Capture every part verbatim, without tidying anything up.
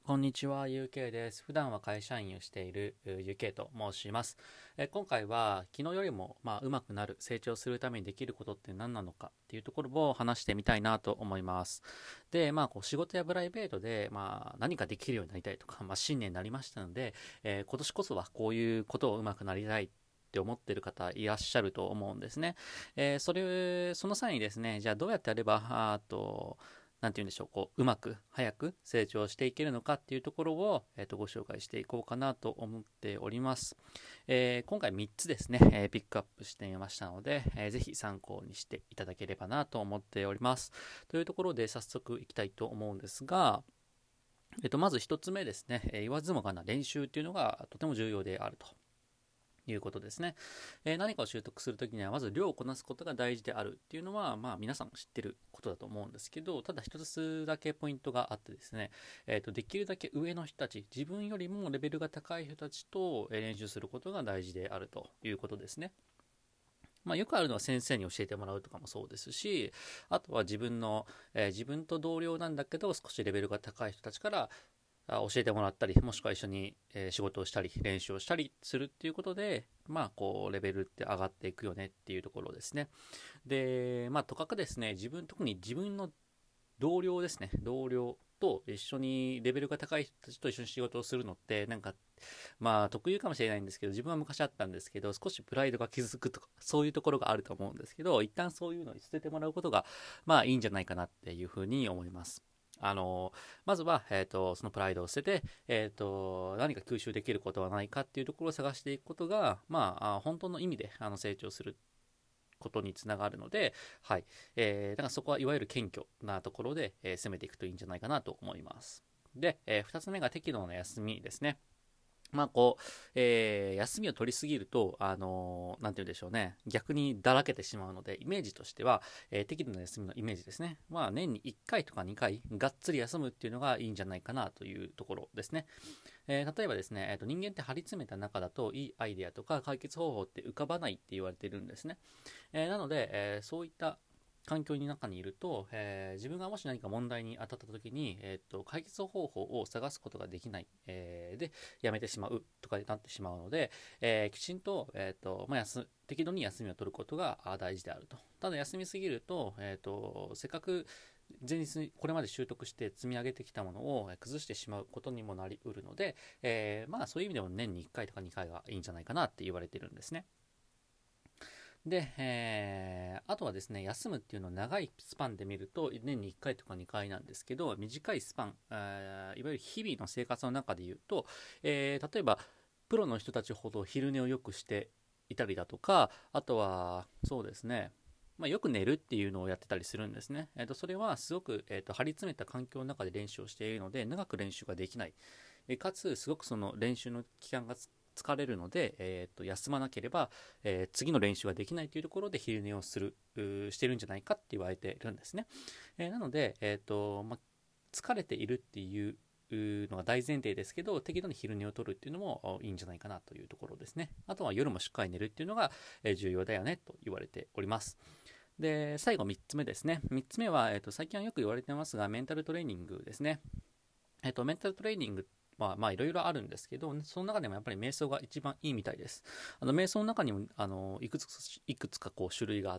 こんにちは、ユーケー です。普段は会社員をしている ユーケー と申します。え今回は昨日よりもまあ上手くなる、成長するためにできることって何なのかっていうところを話してみたいなと思います。で、まあこう仕事やプライベートでまあ何かできるようになりたいとか、まあ新年になりましたので、えー今年こそはこういうことを上手くなりたいって思ってる方いらっしゃると思うんですね。えーそれ、その際にですね、じゃあどうやってやれば、あと、なんて言うんでしょう、こう、うまく、早く成長していけるのかっていうところを、えっと、ご紹介していこうかなと思っております。えー今回みっつですね、えーピックアップしてみましたので、えーぜひ参考にしていただければなと思っております。というところで早速いきたいと思うんですが、えっと、まずひとつめですね、えー言わずもがな練習っていうのがとても重要であると。いうことですね、えー何かを習得するときにはまず量をこなすことが大事であるっていうのはまあ皆さん知ってることだと思うんですけど、ただ一つだけポイントがあってですね、えーとできるだけ上の人たち、自分よりもレベルが高い人たちと練習することが大事であるということですね。まあ、よくあるのは先生に教えてもらうとかもそうですし、あとは自分の、えー自分と同僚なんだけど少しレベルが高い人たちから教えてもらったり、もしくは一緒に、えー仕事をしたり練習をしたりするっていうことで、まあこうレベルって上がっていくよねっていうところですね。で、まあとかくですね、自分特に自分の同僚ですね、同僚と一緒にレベルが高い人たちと一緒に仕事をするのってなんかまあ特有かもしれないんですけど、自分は昔あったんですけど、少しプライドが傷つくとかそういうところがあると思うんですけど、一旦そういうのに捨ててもらうことがまあいいんじゃないかなっていうふうに思います。あのまずは、えーと、そのプライドを捨てて、えーと、何か吸収できることはないかっていうところを探していくことが、まあ、本当の意味であの成長することにつながるので、はい。えー、だからそこはいわゆる謙虚なところで、えー攻めていくといいんじゃないかなと思います。で、えー、ふたつめが適度な休みですね。まあこう、えー休みを取りすぎると、あのーなんて言うんでしょうね、逆にだらけてしまうので、イメージとしては、えー適度な休みのイメージですね。まあ年にいっかいとかにかい、がっつり休むっていうのがいいんじゃないかなというところですね。えー例えばですね、えーと、人間って張り詰めた中だと、いいアイデアとか解決方法って浮かばないって言われてるんですね。えーなので、えーそういった環境の中にいると、えー自分がもし何か問題に当たった時に、えーと解決方法を探すことができない、えーでやめてしまうとかになってしまうので、えーきちんと,、えーとまあ、休適度に休みを取ることが大事であると。ただ休みすぎると,、えーとせっかく前日にこれまで習得して積み上げてきたものを崩してしまうことにもなりうるので、えーまあそういう意味でも年にいっかいとかにかいがいいんじゃないかなって言われてるんですね。で、えーあとはですね、休むっていうのを長いスパンで見ると、年にいっかいとかにかいなんですけど、短いスパン、えーいわゆる日々の生活の中で言うと、えー例えば、プロの人たちほど昼寝をよくしていたりだとか、あとは、そうですね、まあ、よく寝るっていうのをやってたりするんですね。えー、とそれはすごく、えー、と張り詰めた環境の中で練習をしているので、長く練習ができない。えーかつ、すごくその練習の期間が疲れるので、えー、と休まなければ、えー次の練習ができないというところで昼寝をするしてるんじゃないかって言われているんですね。えーなので、えーとまあ、疲れているっていうのが大前提ですけど、適度に昼寝をとるっていうのもいいんじゃないかなというところですね。あとは夜もしっかり寝るっていうのが重要だよねと言われております。で、最後みっつめですね。みっつめは、えー、と最近はよく言われてますが、メンタルトレーニングですね。えっと、メンタルトレーニングは、まあ、いろいろあるんですけど、その中でもやっぱり瞑想が一番いいみたいです。あの、瞑想の中にも、あの、いくついくつかこう種類があって、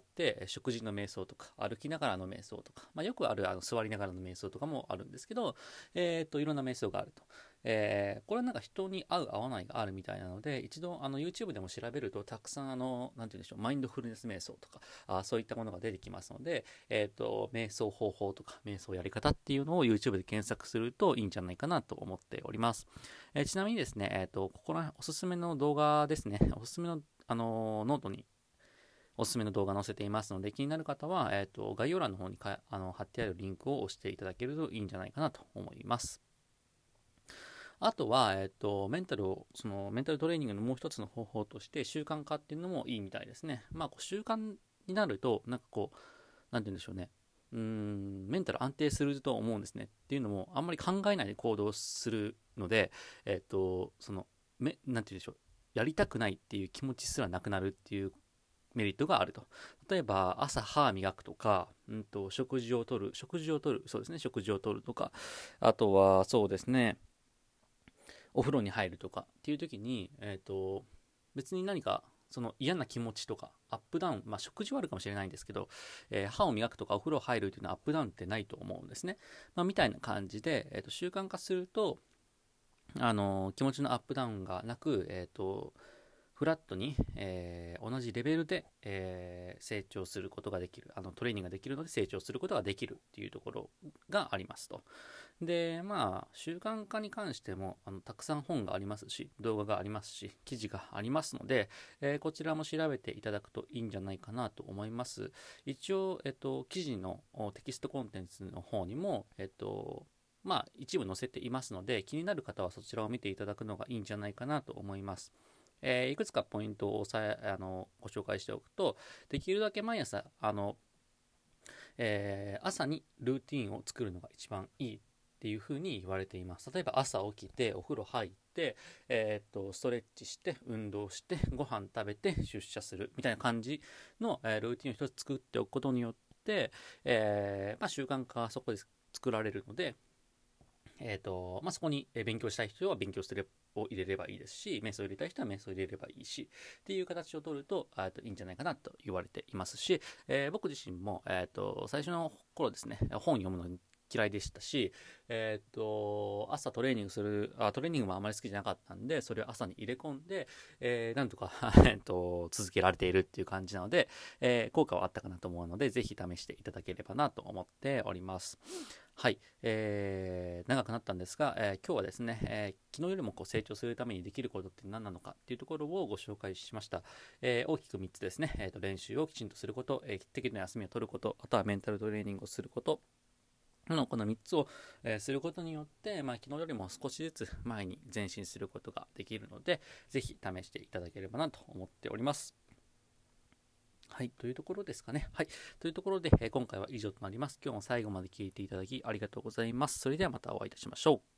食事の瞑想とか、歩きながらの瞑想とか、まあ、よくある、あの、座りながらの瞑想とかもあるんですけど、えっと、いろんな瞑想があると。えーこれはなんか人に合う合わないがあるみたいなので、一度あの YouTube でも調べるとたくさんあの、なんて言うんでしょう、マインドフルネス瞑想とか、あそういったものが出てきますので、えっと、瞑想方法とか、瞑想やり方っていうのを YouTube で検索するといいんじゃないかなと思っております。えーちなみにですね、えっと、ここらおすすめの動画ですね、おすすめの、あのノートにおすすめの動画載せていますので、気になる方は、えっと、概要欄の方にかあの貼ってあるリンクを押していただけるといいんじゃないかなと思います。あとは、えっと、メンタルを、そのメンタルトレーニングのもう一つの方法として習慣化っていうのもいいみたいですね。まあ、こう習慣になると、なんかこう、なんて言うんでしょうね。うーん、メンタル安定すると思うんですね。っていうのも、あんまり考えないで行動するので、えっと、その、め、なんて言うんでしょう。やりたくないっていう気持ちすらなくなるっていうメリットがあると。例えば、朝歯磨くとか、うんと、食事をとる、食事をとる、そうですね、食事をとるとか、あとは、そうですね、 お風呂に入るとかっていう時に、えーと、別に何かその嫌な気持ちとかアップダウン、まあ食事はあるかもしれないんですけど、えー歯を磨くとかお風呂入るっていうのはアップダウンってないと思うんですね。まあ、みたいな感じで、えーと、習慣化すると、あのー気持ちのアップダウンがなく、えーと、フラットに、えー同じレベルで、えー成長することができる、あのトレーニングができるので成長することができるっていうところがありますと。で、まあ、習慣化に関しても、あのたくさん本がありますし、動画がありますし、記事がありますので、えーこちらも調べていただくといいんじゃないかなと思います。一応、えっと、記事のテキストコンテンツの方にも、えっと、まあ、一部載せていますので、気になる方はそちらを見ていただくのがいいんじゃないかなと思います。えーいくつかポイントを押さえあのご紹介しておくと、できるだけ毎朝あの、えー朝にルーティンを作るのが一番いいっていうふうに言われています。例えば朝起きてお風呂入って、えー、とストレッチして運動してご飯食べて出社するみたいな感じの、えールーティンを一つ作っておくことによって、えーまあ、習慣化はそこで作られるので、えーとまあ、そこに勉強したい人は勉強すれを入れればいいですし、瞑想を入れたい人は瞑想を入れればいいしっていう形を取るとあといいんじゃないかなと言われていますし、えー僕自身も、えーと最初の頃ですね、本読むのに嫌いでしたし、えー、と朝トレーニングするあトレーニングもあまり好きじゃなかったんで、それを朝に入れ込んで、えーなんとかえーと続けられているっていう感じなので、えー効果はあったかなと思うので、ぜひ試していただければなと思っております。はい、えー長くなったんですが、えー今日はですね、えー昨日よりもこう成長するためにできることって何なのかっていうところをご紹介しました。えー大きくみっつですね、えーと練習をきちんとすること、えー適度な休みを取ること、あとはメンタルトレーニングをすること、のこのみっつを、えーすることによって、まあ、昨日よりも少しずつ前に前進することができるので、ぜひ試していただければなと思っております。はい、というところですかね。はい、というところで、えー今回は以上となります。今日も最後まで聞いていただきありがとうございます。それではまたお会いいたしましょう。